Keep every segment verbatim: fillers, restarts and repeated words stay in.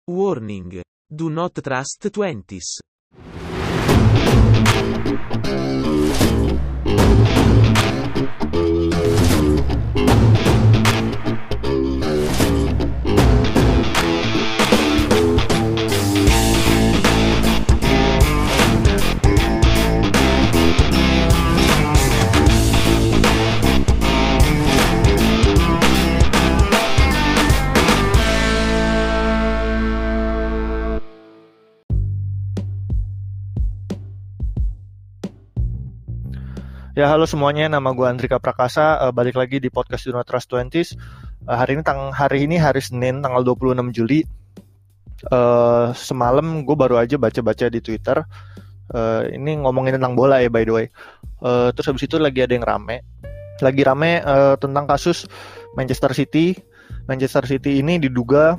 Warning. Do not trust twenties. Ya, halo semuanya, nama gue Andrika Prakasa, uh, balik lagi di podcast Do Not Trust twenties. Uh, hari ini tang hari ini hari Senin, tanggal dua puluh enam Juli. Uh, semalam gue baru aja baca-baca di Twitter. Uh, ini ngomongin tentang bola ya, by the way. Uh, terus habis itu lagi ada yang rame. Lagi rame uh, tentang kasus Manchester City. Manchester City ini diduga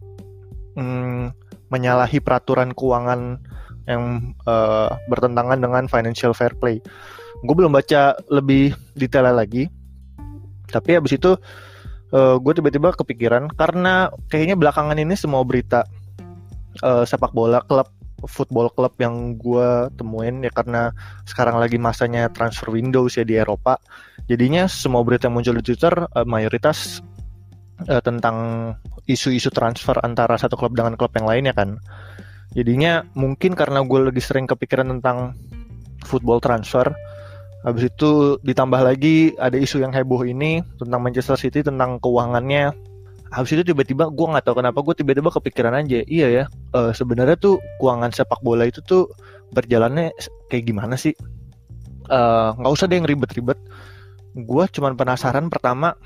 um, menyalahi peraturan keuangan yang uh, bertentangan dengan financial fair play. Gue belum baca lebih detail lagi, tapi abis itu uh, gue tiba-tiba kepikiran karena kayaknya belakangan ini semua berita uh, sepak bola klub, football club yang gue temuin ya, karena sekarang lagi masanya transfer windows ya di Eropa, jadinya semua berita yang muncul di Twitter uh, mayoritas uh, tentang isu-isu transfer antara satu klub dengan klub yang lainnya kan. Jadinya mungkin karena gue lagi sering kepikiran tentang football transfer. Habis itu ditambah lagi ada isu yang heboh ini tentang Manchester City, tentang keuangannya. Habis itu tiba-tiba gue nggak tahu kenapa gue tiba-tiba kepikiran aja, iya ya, uh, sebenarnya tuh keuangan sepak bola itu tuh berjalannya kayak gimana sih? Uh, nggak usah deh yang ribet-ribet. Gue cuman penasaran, pertama,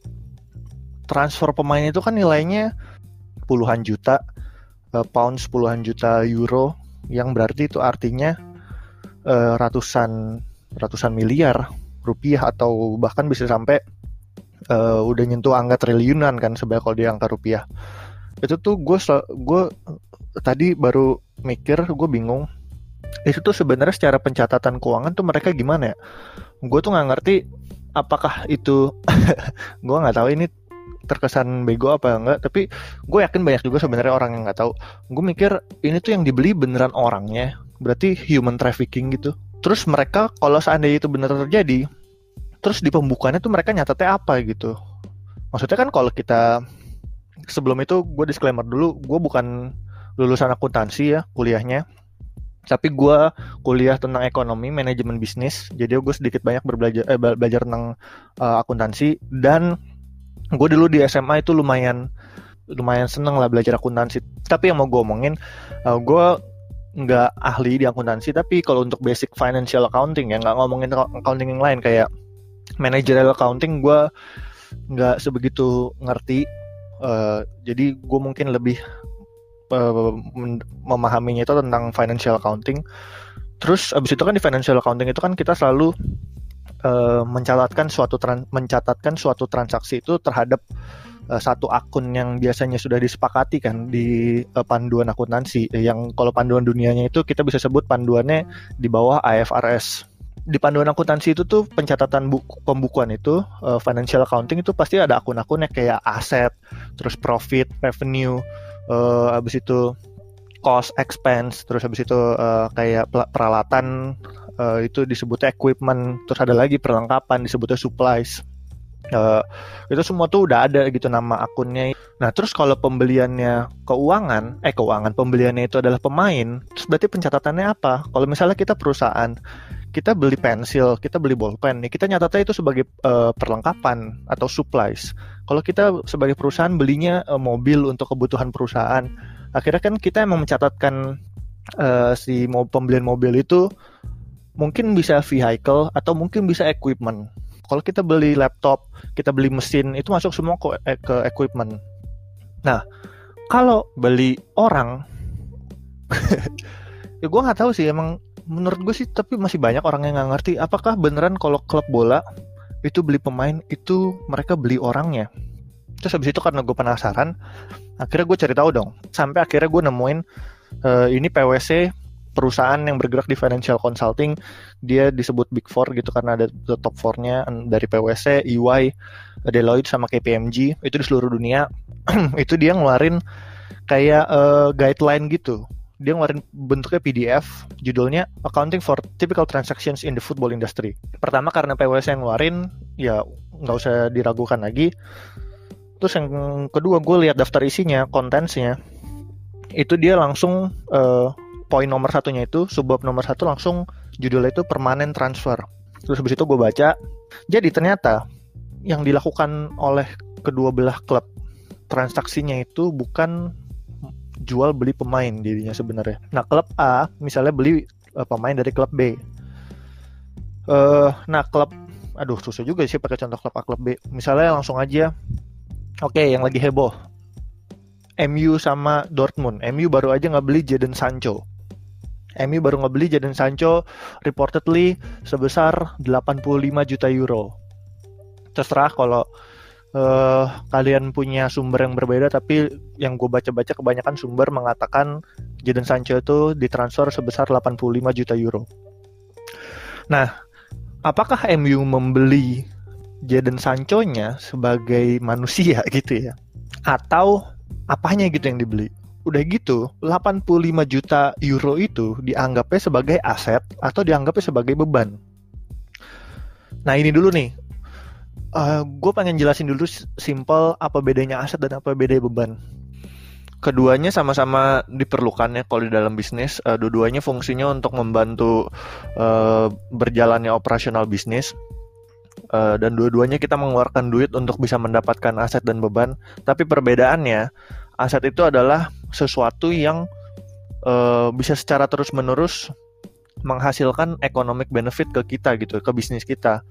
transfer pemain itu kan nilainya puluhan juta uh, pounds, puluhan juta euro, yang berarti itu artinya uh, ratusan ratusan miliar rupiah, atau bahkan bisa sampai uh, udah nyentuh angka triliunan kan sebenarnya kalau di angka rupiah. Itu tuh gue gue tadi baru mikir, gue bingung itu tuh sebenarnya secara pencatatan keuangan tuh mereka gimana ya. Gue tuh nggak ngerti apakah itu gue nggak tahu ini terkesan bego apa enggak, tapi gue yakin banyak juga sebenarnya orang yang nggak tahu. Gue mikir ini tuh yang dibeli beneran orangnya, berarti human trafficking gitu. Terus mereka kalau seandainya itu benar terjadi, terus di pembukaannya tuh mereka nyatetnya apa gitu. Maksudnya kan kalau kita, sebelum itu gue disclaimer dulu, gue bukan lulusan akuntansi ya kuliahnya, tapi gue kuliah tentang ekonomi, manajemen bisnis. Jadi gue sedikit banyak berbelajar, eh, belajar tentang uh, akuntansi. Dan gue dulu di S M A itu lumayan lumayan seneng lah belajar akuntansi. Tapi yang mau gue omongin, uh, gue nggak ahli di akuntansi, tapi kalau untuk basic financial accounting ya, nggak ngomongin accounting yang lain kayak managerial accounting, gue nggak sebegitu ngerti. Uh, jadi gue mungkin lebih uh, memahaminya itu tentang financial accounting. Terus abis itu kan di financial accounting itu kan kita selalu uh, mencatatkan suatu tran- mencatatkan suatu transaksi itu terhadap satu akun yang biasanya sudah disepakati kan di uh, panduan akuntansi, yang kalau panduan dunianya itu kita bisa sebut panduannya di bawah I F R S. Di panduan akuntansi itu tuh pencatatan buku, pembukuan itu uh, financial accounting itu pasti ada akun-akunnya kayak aset, terus profit, revenue, uh, habis itu cost, expense, terus habis itu uh, kayak peralatan, uh, itu disebutnya equipment, terus ada lagi perlengkapan disebutnya supplies. Uh, itu semua tuh udah ada gitu nama akunnya. Nah terus kalau pembeliannya keuangan, eh keuangan pembeliannya itu adalah pemain, terus berarti pencatatannya apa? Kalau misalnya kita perusahaan, kita beli pensil, kita beli bolpen, nih kita nyatatnya itu sebagai uh, perlengkapan atau supplies. Kalau kita sebagai perusahaan belinya uh, mobil untuk kebutuhan perusahaan, akhirnya kan kita emang mencatatkan uh, si mo- pembelian mobil itu mungkin bisa vehicle atau mungkin bisa equipment. Kalau kita beli laptop, kita beli mesin, itu masuk semua ke, ke equipment. Nah, kalau beli orang, ya gue nggak tahu sih, emang menurut gue sih, tapi masih banyak orang yang nggak ngerti apakah beneran kalau klub bola itu beli pemain itu mereka beli orangnya. Terus habis itu karena gue penasaran, akhirnya gue cari tahu dong. Sampai akhirnya gue nemuin uh, ini P W C, perusahaan yang bergerak di financial consulting. Dia disebut Big Four gitu karena ada top four-nya dari P W C, E Y, Deloitte sama K P M G. Itu di seluruh dunia. Itu dia ngeluarin kayak uh, guideline gitu. Dia ngeluarin bentuknya P D F, judulnya Accounting for Typical Transactions in the Football Industry. Pertama karena P W S yang ngeluarin, ya nggak usah diragukan lagi. Terus yang kedua, gue lihat daftar isinya, contents-nya, itu dia langsung uh, poin nomor satunya itu, subbab nomor satu langsung judulnya itu permanent transfer. Terus habis itu gue baca, jadi ternyata yang dilakukan oleh kedua belah klub, transaksinya itu bukan jual beli pemain dirinya sebenarnya. Nah, klub A misalnya beli uh, pemain dari klub B. Uh, nah, klub, aduh susah juga sih pakai contoh klub A klub B. Misalnya langsung aja, oke okay, yang lagi heboh, M U sama Dortmund. M U baru aja ngebeli Jadon Sancho. M U baru ngebeli Jadon Sancho reportedly sebesar delapan puluh lima juta euro. Terserah kalau Uh, kalian punya sumber yang berbeda, tapi yang gue baca-baca kebanyakan sumber mengatakan Jadon Sancho itu ditransfer sebesar delapan puluh lima juta euro. Nah, apakah M U membeli Jadon Sancho-nya sebagai manusia gitu ya? Atau apanya gitu yang dibeli? Udah gitu, delapan puluh lima juta euro itu dianggapnya sebagai aset atau dianggapnya sebagai beban? Nah, ini dulu nih. Uh, gue pengen jelasin dulu simple apa bedanya aset dan apa bedanya beban. Keduanya sama-sama diperlukan ya kalau di dalam bisnis. Uh, dua-duanya fungsinya untuk membantu uh, berjalannya operasional bisnis. Uh, dan dua-duanya kita mengeluarkan duit untuk bisa mendapatkan aset dan beban. Tapi perbedaannya, aset itu adalah sesuatu yang uh, bisa secara terus-menerus menghasilkan economic benefit ke kita gitu, ke bisnis kita.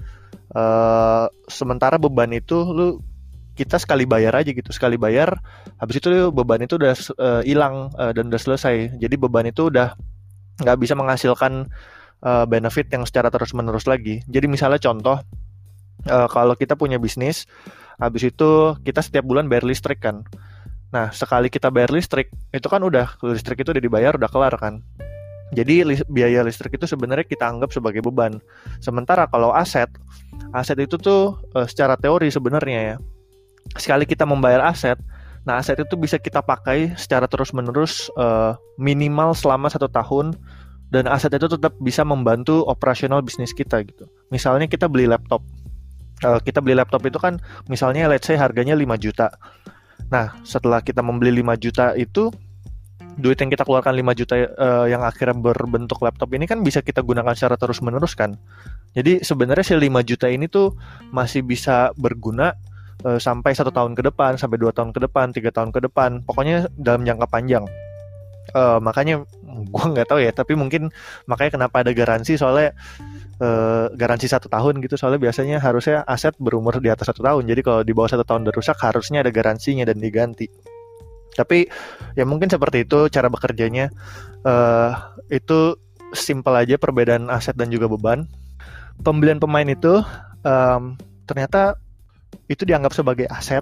Uh, sementara beban itu lu kita sekali bayar aja gitu, sekali bayar habis itu beban itu udah hilang uh, uh, dan udah selesai. Jadi beban itu udah nggak bisa menghasilkan uh, benefit yang secara terus menerus lagi. Jadi misalnya contoh, uh, kalau kita punya bisnis, habis itu kita setiap bulan bayar listrik kan. Nah, sekali kita bayar listrik itu kan udah, listrik itu udah dibayar, udah kelar kan. Jadi biaya listrik itu sebenarnya kita anggap sebagai beban. Sementara kalau aset, aset itu tuh uh, secara teori sebenarnya ya, sekali kita membayar aset, nah aset itu bisa kita pakai secara terus-menerus uh, minimal selama satu tahun, dan aset itu tetap bisa membantu operasional bisnis kita gitu. Misalnya kita beli laptop, uh, kita beli laptop itu kan misalnya let's say harganya lima juta. Nah setelah kita membeli lima juta itu, duit yang kita keluarkan lima juta uh, yang akhirnya berbentuk laptop ini kan bisa kita gunakan secara terus-menerus kan. Jadi sebenarnya si lima juta ini tuh masih bisa berguna uh, sampai satu tahun ke depan, sampai dua tahun ke depan, tiga tahun ke depan. Pokoknya dalam jangka panjang. Uh, makanya gue nggak tahu ya, tapi mungkin makanya kenapa ada garansi, soalnya uh, garansi satu tahun gitu. Soalnya biasanya harusnya aset berumur di atas satu tahun. Jadi kalau di bawah satu tahun udah rusak harusnya ada garansinya dan diganti. Tapi ya mungkin seperti itu cara bekerjanya. Uh, itu simple aja perbedaan aset dan juga beban. Pembelian pemain itu um, ternyata itu dianggap sebagai aset,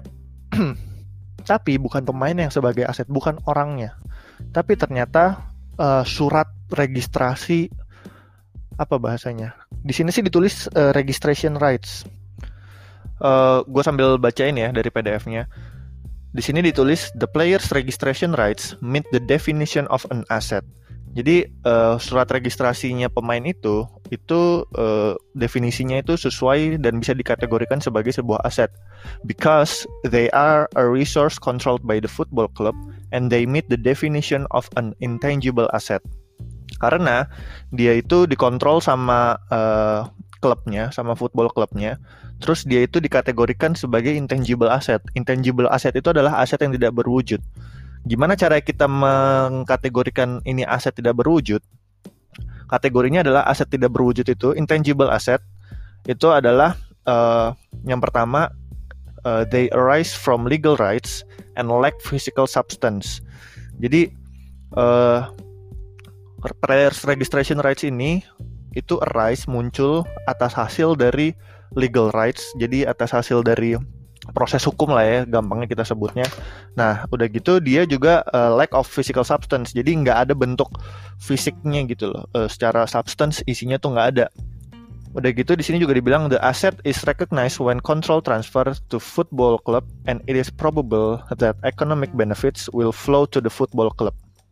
tapi bukan pemain yang sebagai aset, bukan orangnya. Tapi ternyata uh, surat registrasi, apa bahasanya? Di sini sih ditulis uh, registration rights. Uh, gue sambil bacain ya dari P D F-nya. Di sini ditulis the player's registration rights meet the definition of an asset. Jadi uh, surat registrasinya pemain itu itu uh, definisinya itu sesuai dan bisa dikategorikan sebagai sebuah aset because they are a resource controlled by the football club and they meet the definition of an intangible asset. Karena dia itu dikontrol sama uh, klubnya, sama football klubnya. Terus dia itu dikategorikan sebagai intangible asset. Intangible asset itu adalah aset yang tidak berwujud. Gimana cara kita mengkategorikan ini aset tidak berwujud? Kategorinya adalah aset tidak berwujud itu, intangible asset. Itu adalah uh, yang pertama, uh, they arise from legal rights and lack physical substance. Jadi uh, players registration rights ini itu arise, muncul atas hasil dari legal rights, jadi atas hasil dari proses hukum lah ya, gampangnya kita sebutnya. Nah, udah gitu dia juga uh, lack of physical substance, jadi nggak ada bentuk fisiknya gitu loh. Uh, secara substance isinya tuh nggak ada. Udah gitu di sini juga dibilang the asset is recognized when control transfer to football club and it is probable that economic benefits will flow to the football club.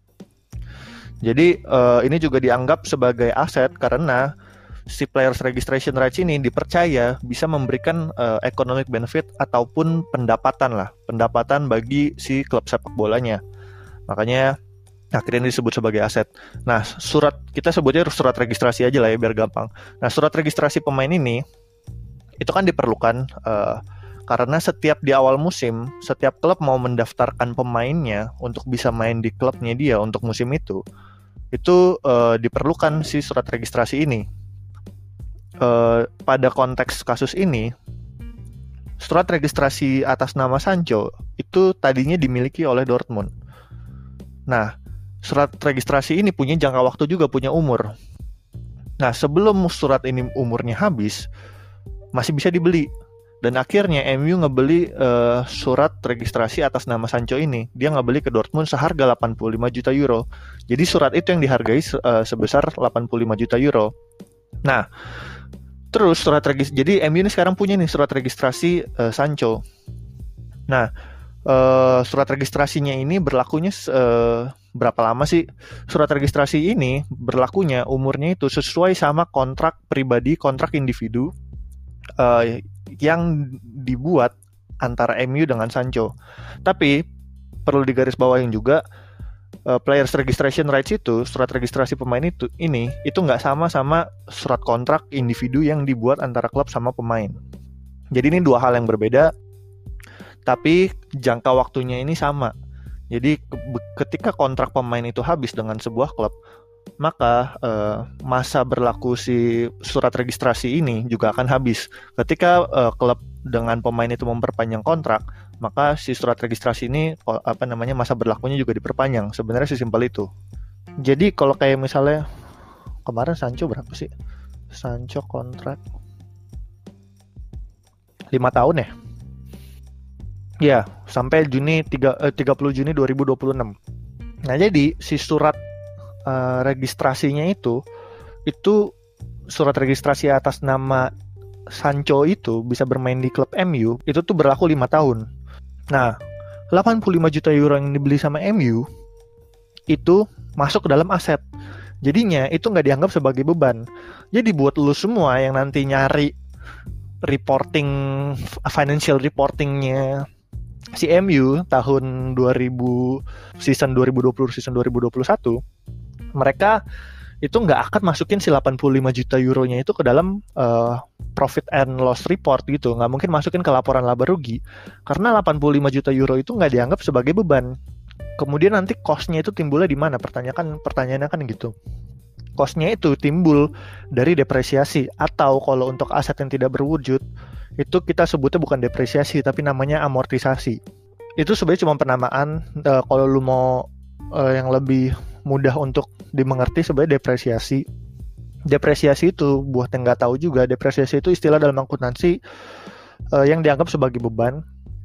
Jadi uh, ini juga dianggap sebagai aset karena si players registration rights ini dipercaya bisa memberikan uh, economic benefit ataupun pendapatan lah, pendapatan bagi si klub sepak bolanya. Makanya akhirnya disebut sebagai aset. Nah, surat kita sebutnya surat registrasi aja lah ya biar gampang. Nah, surat registrasi pemain ini itu kan diperlukan uh, karena setiap di awal musim, setiap klub mau mendaftarkan pemainnya untuk bisa main di klubnya dia untuk musim itu, itu uh, diperlukan si surat registrasi ini. Uh, pada konteks kasus ini, surat registrasi atas nama Sancho itu tadinya dimiliki oleh Dortmund. Nah, surat registrasi ini punya jangka waktu juga, punya umur. Nah, sebelum surat ini umurnya habis, masih bisa dibeli. Dan akhirnya M U ngebeli uh, surat registrasi atas nama Sancho ini. Dia ngebeli ke Dortmund seharga delapan puluh lima juta euro. Jadi surat itu yang dihargai uh, sebesar delapan puluh lima juta euro. Nah, terus surat registrasi, jadi M U ini sekarang punya nih surat registrasi uh, Sancho. Nah, uh, surat registrasinya ini berlakunya uh, berapa lama sih? Surat registrasi ini berlakunya umurnya itu sesuai sama kontrak pribadi, kontrak individu uh, yang dibuat antara M U dengan Sancho. Tapi perlu digarisbawahin juga uh, players registration rights itu, surat registrasi pemain itu ini itu nggak sama sama surat kontrak individu yang dibuat antara klub sama pemain. Jadi ini dua hal yang berbeda, tapi jangka waktunya ini sama. Jadi ketika kontrak pemain itu habis dengan sebuah klub, maka eh, masa berlaku si surat registrasi ini juga akan habis. Ketika eh, klub dengan pemain itu memperpanjang kontrak, maka si surat registrasi ini apa namanya masa berlakunya juga diperpanjang. Sebenarnya sesimpel itu. Jadi kalau kayak misalnya kemarin Sancho berapa sih? Sancho kontrak lima tahun ya? Ya, sampai Juni tiga, eh, tiga puluh Juni dua ribu dua puluh enam. Nah, jadi si surat uh, registrasinya itu itu surat registrasi atas nama Sancho itu bisa bermain di klub M U, itu tuh berlaku lima tahun. Nah, delapan puluh lima juta euro yang dibeli sama M U itu masuk ke dalam aset. Jadinya itu nggak dianggap sebagai beban. Jadi buat lu semua yang nanti nyari reporting, financial reportingnya si M U tahun dua ribu season dua ribu dua puluh season dua ribu dua puluh satu, mereka itu nggak akan masukin si delapan puluh lima juta euronya itu ke dalam uh, profit and loss report gitu, nggak mungkin masukin ke laporan laba rugi karena delapan puluh lima juta euro itu nggak dianggap sebagai beban. Kemudian nanti cost-nya itu timbulnya di mana? Pertanyaan pertanyaannya kan gitu. Cost-nya itu timbul dari depresiasi, atau kalau untuk aset yang tidak berwujud itu kita sebutnya bukan depresiasi tapi namanya amortisasi. Itu sebenarnya cuma penamaan. Uh, kalau lu mau uh, yang lebih mudah untuk dimengerti, sebenarnya depresiasi. Depresiasi itu buat yang nggak tahu juga, depresiasi itu istilah dalam akuntansi uh, yang dianggap sebagai beban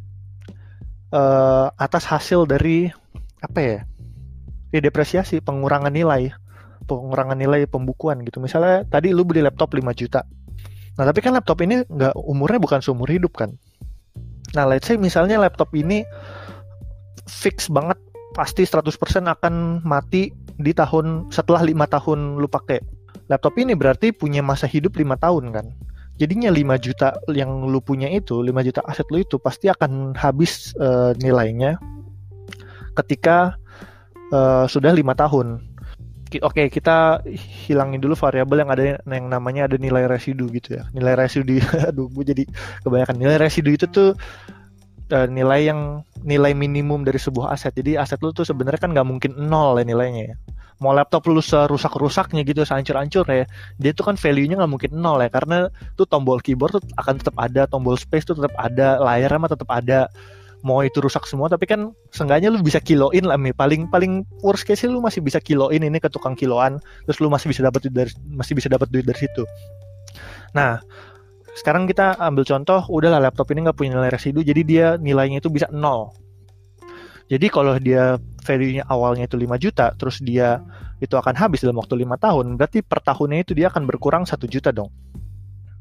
uh, atas hasil dari apa ya? Ya depresiasi, pengurangan nilai, pengurangan nilai pembukuan gitu. Misalnya tadi lu beli laptop lima juta. Nah, tapi kan laptop ini nggak, umurnya bukan seumur hidup kan. Nah, let's say misalnya laptop ini fix banget pasti seratus persen akan mati di tahun setelah lima tahun lu pakai. Laptop ini berarti punya masa hidup lima tahun kan. Jadinya lima juta yang lu punya itu, lima juta aset lu itu pasti akan habis uh, nilainya ketika uh, sudah lima tahun. Oke, kita hilangin dulu variabel yang ada yang namanya ada nilai residu gitu ya. Nilai residu, aduh, gue jadi kebanyakan. Nilai residu itu tuh uh, nilai yang nilai minimum dari sebuah aset. Jadi aset lu tuh sebenarnya kan nggak mungkin nol ya nilainya ya. Mau laptop lu serusak-rusaknya gitu, sehancur-hancur ya, dia tuh kan value-nya nggak mungkin nol ya, karena tuh tombol keyboard tuh akan tetap ada, tombol space tuh tetap ada, layarnya mah tetap ada. Mau itu rusak semua, tapi kan seenggaknya lu bisa kiloin lah, nih. Paling paling worst case lu masih bisa kiloin ini ke tukang kiloan, terus lu masih bisa dapat duit dari masih bisa dapat duit dari situ. Nah, sekarang kita ambil contoh, udahlah laptop ini nggak punya nilai residu, jadi dia nilainya itu bisa nol. Jadi kalau dia value-nya awalnya itu lima juta, terus dia itu akan habis dalam waktu lima tahun, berarti per tahunnya itu dia akan berkurang satu juta dong.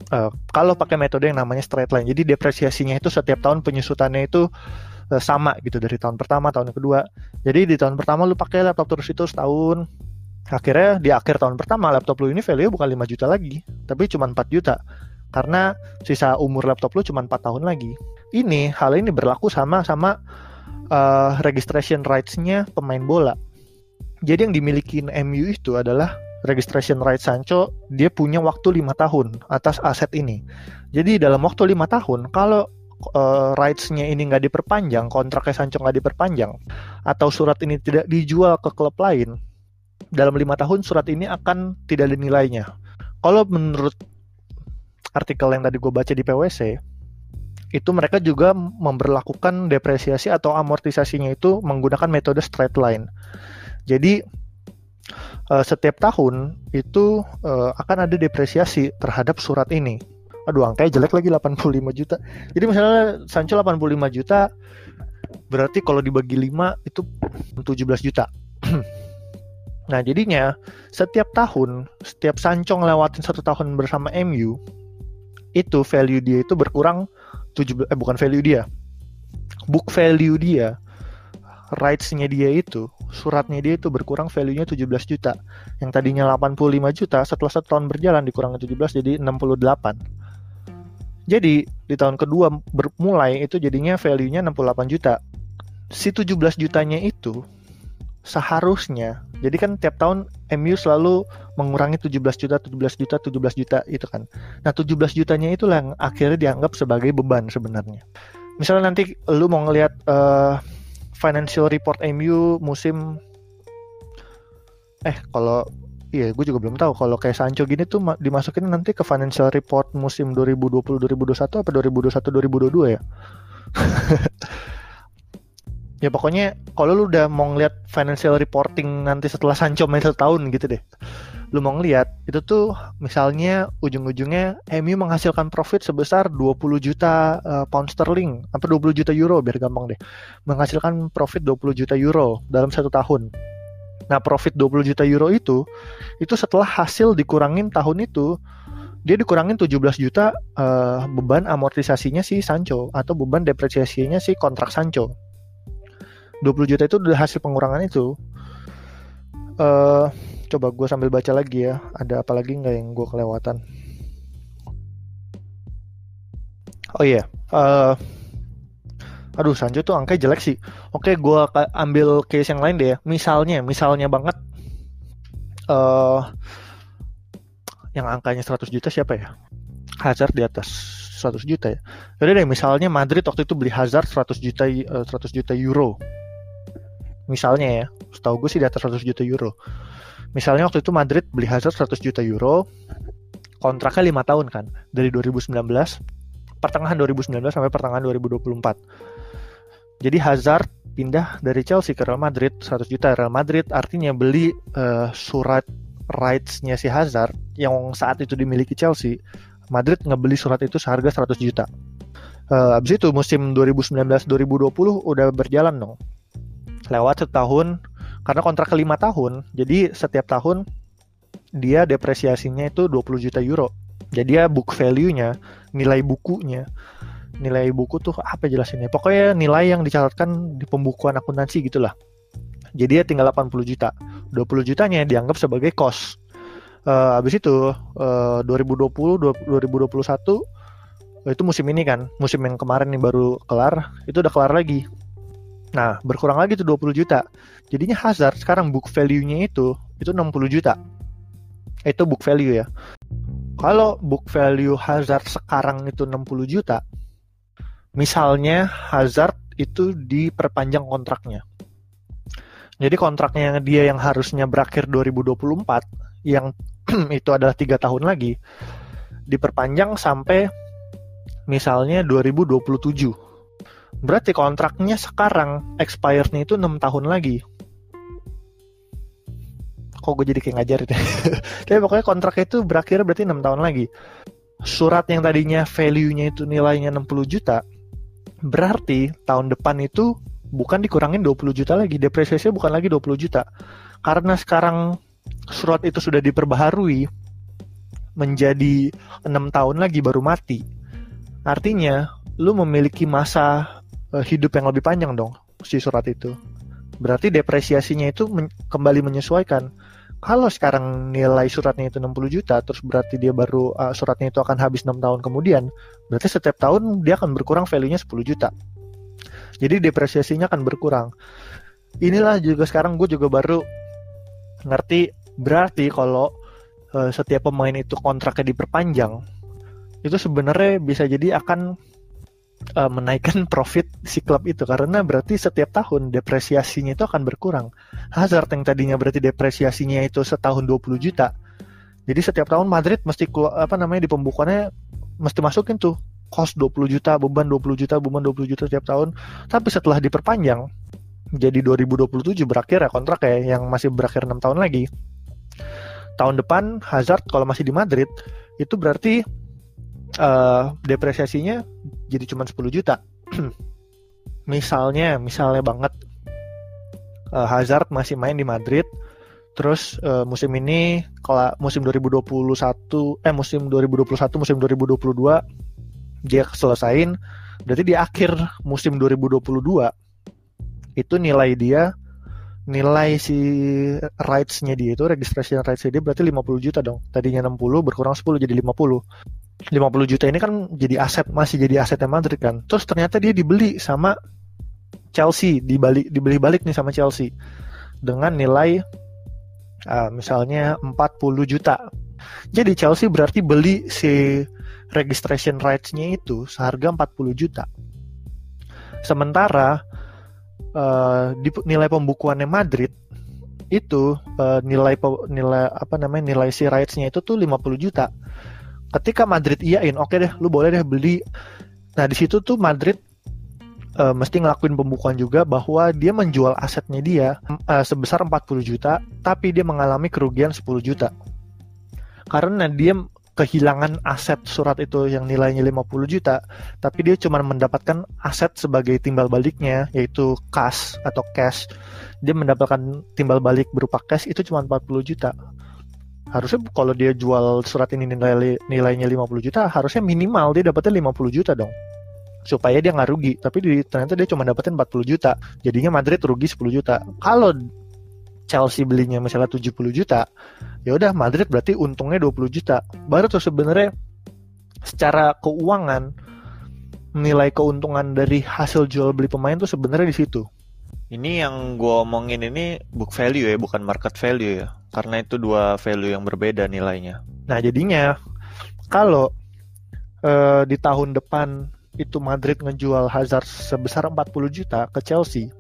Uh, kalau pakai metode yang namanya straight line, jadi depresiasinya itu setiap tahun penyusutannya itu uh, sama gitu dari tahun pertama, tahun kedua. Jadi di tahun pertama lu pakai laptop terus itu setahun, akhirnya di akhir tahun pertama laptop lu ini value bukan lima juta lagi, tapi cuma empat juta. Karena sisa umur laptop lu cuma empat tahun lagi. Ini, hal ini berlaku sama sama uh, registration rights-nya pemain bola. Jadi yang dimiliki M U itu adalah registration rights Sancho, dia punya waktu lima tahun atas aset ini. Jadi dalam waktu lima tahun, kalau uh, rights-nya ini nggak diperpanjang, kontraknya Sancho nggak diperpanjang, atau surat ini tidak dijual ke klub lain, dalam lima tahun surat ini akan tidak ada nilainya. Kalau menurut artikel yang tadi gue baca di P W C, itu mereka juga memberlakukan depresiasi atau amortisasinya itu menggunakan metode straight line. Jadi uh, setiap tahun itu uh, akan ada depresiasi terhadap surat ini. Aduh, angkanya jelek lagi, delapan puluh lima juta. Jadi misalnya Sancho delapan puluh lima juta, berarti kalau dibagi lima itu tujuh belas juta. Nah, jadinya setiap tahun, setiap Sancho ngelewatin satu tahun bersama M U, itu value dia itu berkurang tujuh, eh bukan value dia, book value dia, rights-nya dia itu, suratnya dia itu berkurang value-nya tujuh belas juta. Yang tadinya delapan puluh lima juta, setelah satu tahun berjalan dikurangi tujuh belas jadi enam puluh delapan. Jadi di tahun kedua bermulai itu jadinya value-nya enam puluh delapan juta. Si tujuh belas jutanya itu seharusnya, jadi kan tiap tahun M U selalu mengurangi tujuh belas juta, tujuh belas juta, tujuh belas juta itu kan. Nah, tujuh belas jutanya itulah yang akhirnya dianggap sebagai beban sebenarnya. Misalnya nanti lu mau ngelihat uh, financial report M U musim eh kalau iya gue juga belum tahu kalau kayak Sancho gini tuh ma- dimasukin nanti ke financial report musim dua ribu dua puluh dua ribu dua puluh satu apa dua ribu dua puluh satu dua ribu dua puluh dua ya. Ya pokoknya kalau lu udah mau ngeliat financial reporting nanti setelah Sancho main satu tahun gitu deh, lu mau ngeliat itu tuh misalnya ujung-ujungnya M U menghasilkan profit sebesar dua puluh juta uh, pound sterling, apa dua puluh juta euro biar gampang deh, menghasilkan profit dua puluh juta euro dalam satu tahun. Nah, profit dua puluh juta euro itu itu setelah hasil dikurangin tahun itu, dia dikurangin tujuh belas juta uh, beban amortisasinya si Sancho atau beban depresiasinya si kontrak Sancho. dua puluh juta itu udah hasil pengurangan itu. Uh, coba gue sambil baca lagi ya. Ada apa lagi nggak yang gue kelewatan? Oh iya. Yeah. Uh, aduh, Sancho tuh angkanya jelek sih. Oke, gue ambil case yang lain deh ya. Misalnya, misalnya banget. Uh, yang angkanya seratus juta siapa ya? Hazard di atas seratus juta ya. Jadi deh, misalnya Madrid waktu itu beli Hazard seratus juta uh, seratus juta euro. Misalnya ya, setahu gue sih di atas seratus juta euro. Misalnya waktu itu Madrid beli Hazard seratus juta euro, kontraknya lima tahun kan, dari dua ribu sembilan belas, pertengahan dua ribu sembilan belas sampai pertengahan dua ribu dua puluh empat. Jadi Hazard pindah dari Chelsea ke Real Madrid seratus juta. Real Madrid artinya beli uh, surat rights-nya si Hazard yang saat itu dimiliki Chelsea. Madrid ngebeli surat itu seharga seratus juta. Uh, abis itu musim dua ribu sembilan belas dua ribu dua puluh udah berjalan dong. Lewat setahun, karena kontrak kelima tahun, jadi setiap tahun dia depresiasinya itu dua puluh juta euro. Jadi ya book value-nya, nilai bukunya, nilai buku tuh apa jelasinnya? Pokoknya nilai yang dicatatkan di pembukuan akuntansi gitulah. Jadi ya tinggal delapan puluh juta. dua puluh jutanya dianggap sebagai cost. Uh, abis itu uh, dua ribu dua puluh dua ribu dua puluh satu itu musim ini kan, musim yang kemarin nih baru kelar, itu udah kelar lagi. Nah, berkurang lagi tuh dua puluh juta. Jadinya Hazard sekarang book value-nya itu itu enam puluh juta. Itu book value ya. Kalau book value Hazard sekarang itu enam puluh juta, misalnya Hazard itu diperpanjang kontraknya. Jadi kontraknya dia yang harusnya berakhir dua ribu dua puluh empat, yang itu adalah tiga tahun lagi, diperpanjang sampai misalnya dua ribu dua puluh tujuh. Berarti kontraknya sekarang expire-nya itu enam tahun lagi. Kok gue jadi kayak ngajarin ya? Tapi pokoknya kontraknya itu berakhir berarti enam tahun lagi. Surat yang tadinya value-nya itu nilainya enam puluh juta, berarti tahun depan itu bukan dikurangin dua puluh juta lagi, depresiasinya bukan lagi dua puluh juta. Karena sekarang surat itu sudah diperbaharui, menjadi enam tahun lagi baru mati. Artinya lu memiliki masa uh, hidup yang lebih panjang dong si surat itu. Berarti depresiasinya itu men- kembali menyesuaikan. Kalau sekarang nilai suratnya itu enam puluh juta, terus berarti dia baru uh, suratnya itu akan habis enam tahun kemudian, berarti setiap tahun dia akan berkurang value-nya sepuluh juta. Jadi depresiasinya akan berkurang. Inilah juga sekarang gue juga baru ngerti, berarti kalau uh, setiap pemain itu kontraknya diperpanjang, itu sebenarnya bisa jadi akan uh, menaikkan profit si klub itu, karena berarti setiap tahun depresiasinya itu akan berkurang. Hazard yang tadinya berarti depresiasinya itu setahun dua puluh juta, jadi setiap tahun Madrid mesti apa namanya di pembukuannya mesti masukin tuh cost dua puluh juta, beban dua puluh juta, beban dua puluh juta setiap tahun. Tapi setelah diperpanjang jadi dua ribu dua puluh tujuh berakhir ya kontrak ya, yang masih berakhir enam tahun lagi. Tahun depan Hazard kalau masih di Madrid itu berarti uh, depresiasinya jadi cuma sepuluh juta. misalnya, misalnya banget uh, Hazard masih main di Madrid, terus uh, musim ini kalau musim dua ribu dua puluh satu eh musim dua ribu dua puluh satu musim dua ribu dua puluh dua dia selesain, berarti di akhir musim dua ribu dua puluh dua itu nilai dia, nilai si rights-nya dia itu, registration rights-nya dia berarti lima puluh juta dong. Tadinya enam puluh berkurang sepuluh jadi lima puluh. lima puluh juta ini kan jadi aset, masih jadi asetnya Madrid kan. Terus ternyata dia dibeli sama Chelsea, dibalik dibeli balik nih sama Chelsea dengan nilai uh, misalnya empat puluh juta. Jadi Chelsea berarti beli si registration rights-nya itu seharga empat puluh juta. Sementara Uh, di nilai pembukuannya Madrid itu uh, nilai nilai apa namanya nilai si rights-nya itu tuh lima puluh juta. Ketika Madrid iyain, oke okay deh, lu boleh deh beli. Nah di situ tuh Madrid uh, mesti ngelakuin pembukuan juga bahwa dia menjual asetnya dia uh, sebesar empat puluh juta, tapi dia mengalami kerugian sepuluh juta karena dia kehilangan aset surat itu yang nilainya lima puluh juta, tapi dia cuma mendapatkan aset sebagai timbal baliknya, yaitu cash atau cash. Dia mendapatkan timbal balik berupa cash itu cuma empat puluh juta. Harusnya kalau dia jual surat ini nilai, nilainya lima puluh juta, harusnya minimal dia dapatnya lima puluh juta dong, supaya dia nggak rugi. Tapi di, ternyata dia cuma dapetin empat puluh juta, jadinya Madrid rugi sepuluh juta. Kalau Chelsea belinya misalnya tujuh puluh juta, ya udah Madrid berarti untungnya dua puluh juta. Baru tuh sebenarnya secara keuangan nilai keuntungan dari hasil jual beli pemain tuh sebenarnya di situ. Ini yang gue omongin ini book value ya, bukan market value ya, karena itu dua value yang berbeda nilainya. Nah jadinya kalau uh, di tahun depan itu Madrid ngejual Hazard sebesar empat puluh juta ke Chelsea,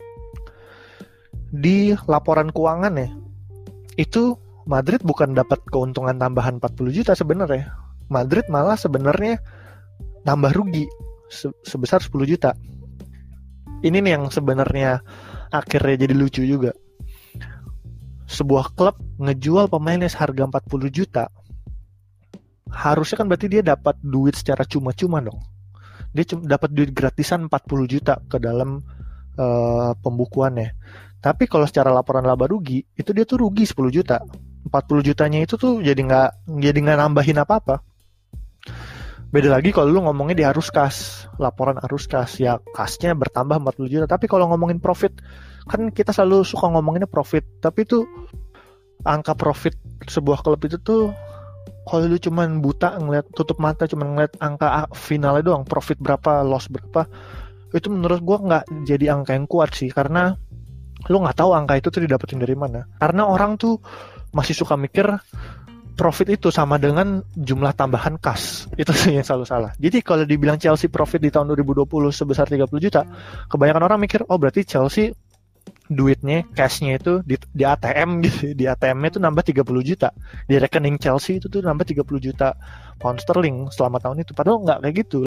di laporan keuangannya itu Madrid bukan dapat keuntungan tambahan empat puluh juta sebenarnya. Madrid malah sebenarnya tambah rugi se- sebesar sepuluh juta. Ini nih yang sebenarnya akhirnya jadi lucu juga. Sebuah klub ngejual pemainnya seharga empat puluh juta, harusnya kan berarti dia dapat duit secara cuma-cuma dong. Dia cuma dapat duit gratisan empat puluh juta ke dalam uh, pembukuannya. Tapi kalau secara laporan laba rugi, itu dia tuh rugi sepuluh juta. empat puluh jutanya itu tuh jadi nggak jadi nggak nambahin apa-apa. Beda lagi kalau lu ngomongnya di arus kas, laporan arus kas, ya kasnya bertambah empat puluh juta. Tapi kalau ngomongin profit, kan kita selalu suka ngomonginnya profit. Tapi itu angka profit sebuah klub itu tuh kalau lu cuman buta ngeliat, tutup mata cuman ngeliat angka finalnya doang, profit berapa, loss berapa, itu menurut gua nggak jadi angka yang kuat sih, karena lu nggak tahu angka itu tuh didapetin dari mana. Karena orang tuh masih suka mikir profit itu sama dengan jumlah tambahan kas. Itu sih yang selalu salah. Jadi kalau dibilang Chelsea profit di tahun dua ribu dua puluh sebesar tiga puluh juta, kebanyakan orang mikir, oh berarti Chelsea duitnya, cashnya itu di, di A T M gitu. Di A T M-nya itu nambah tiga puluh juta. Di rekening Chelsea itu tuh nambah tiga puluh juta pound sterling selama tahun itu. Padahal nggak kayak gitu.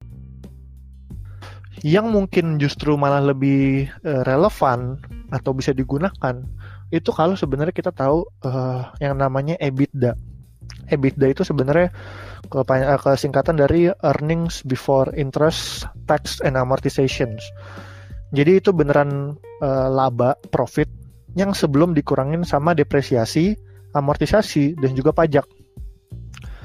Yang mungkin justru malah lebih uh, relevan atau bisa digunakan itu kalau sebenarnya kita tahu uh, yang namanya EBITDA. EBITDA itu sebenarnya kesingkatan dari earnings before interest, tax and amortizations. Jadi itu beneran uh, laba, profit yang sebelum dikurangin sama depresiasi, amortisasi dan juga pajak.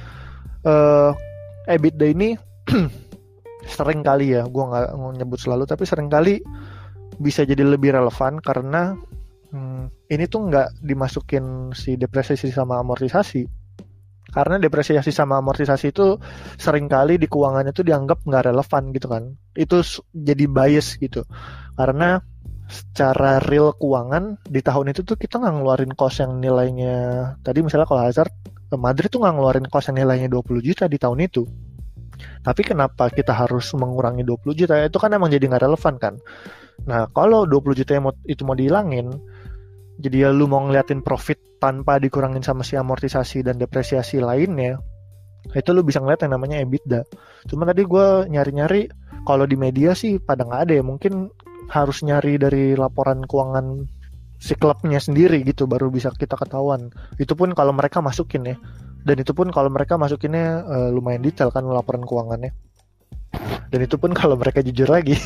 uh, EBITDA ini sering kali ya, gue nggak mau nyebut selalu, tapi sering kali bisa jadi lebih relevan karena hmm, ini tuh nggak dimasukin si depresiasi sama amortisasi. Karena depresiasi sama amortisasi itu seringkali di keuangannya tuh dianggap nggak relevan gitu kan. Itu jadi bias gitu. Karena secara real keuangan di tahun itu tuh kita nggak ngeluarin cost yang nilainya, tadi misalnya kalau Hazard, Madrid tuh nggak ngeluarin cost yang nilainya dua puluh juta di tahun itu. Tapi kenapa kita harus mengurangi dua puluh juta? Itu kan emang jadi nggak relevan kan. Nah kalau dua puluh juta itu mau dihilangin, jadi ya lu mau ngeliatin profit tanpa dikurangin sama si amortisasi dan depresiasi lainnya, itu lu bisa ngeliat yang namanya EBITDA. Cuma tadi gue nyari-nyari, kalau di media sih pada nggak ada ya, mungkin harus nyari dari laporan keuangan si klubnya sendiri gitu, baru bisa kita ketahuan. Itu pun kalau mereka masukin ya, dan itu pun kalau mereka masukinnya uh, lumayan detail kan laporan keuangannya. Dan itu pun kalau mereka jujur lagi.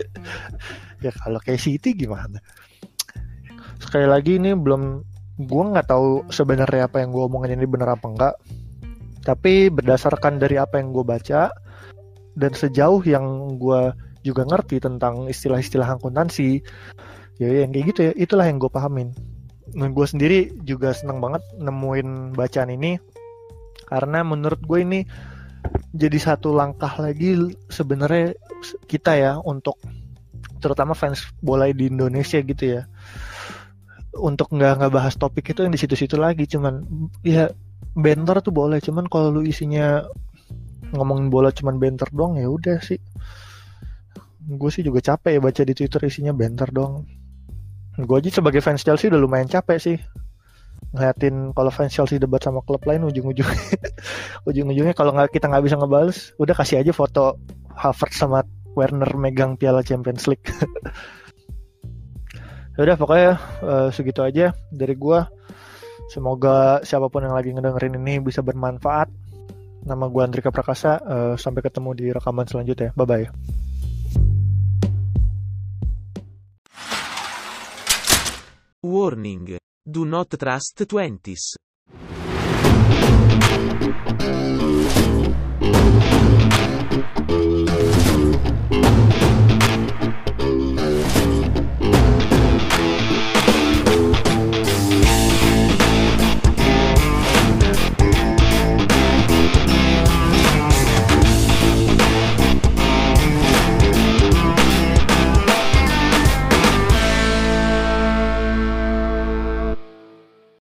Ya kalau kayak City gimana? Sekali lagi ini belum, gue nggak tahu sebenarnya apa yang gue omongin ini benar apa enggak, tapi berdasarkan dari apa yang gue baca dan sejauh yang gue juga ngerti tentang istilah-istilah akuntansi, ya yang kayak gitu ya, itulah yang gue pahamin. Nah, gue sendiri juga senang banget nemuin bacaan ini karena menurut gue ini jadi satu langkah lagi sebenarnya kita ya, untuk terutama fans bola di Indonesia gitu ya, untuk nggak nggak bahas topik itu yang di situ-situ lagi. Cuman ya banter tuh boleh, cuman kalau lu isinya ngomongin bola cuman banter doang, ya udah sih, gue sih juga capek ya baca di Twitter isinya banter doang. Gue aja sebagai fans Chelsea udah lumayan capek sih ngeliatin kalau fans Chelsea debat sama klub lain, ujung-ujungnya ujung-ujungnya kalau nggak kita nggak bisa ngebales, udah kasih aja foto Havertz sama Werner megang piala Champions League. Udah pokoknya uh, segitu aja dari gua. Semoga siapapun yang lagi ngedengerin ini bisa bermanfaat. Nama gua Andrika Prakasa. Uh, sampai ketemu di rekaman selanjutnya. Bye bye. Warning. Do not trust twenties.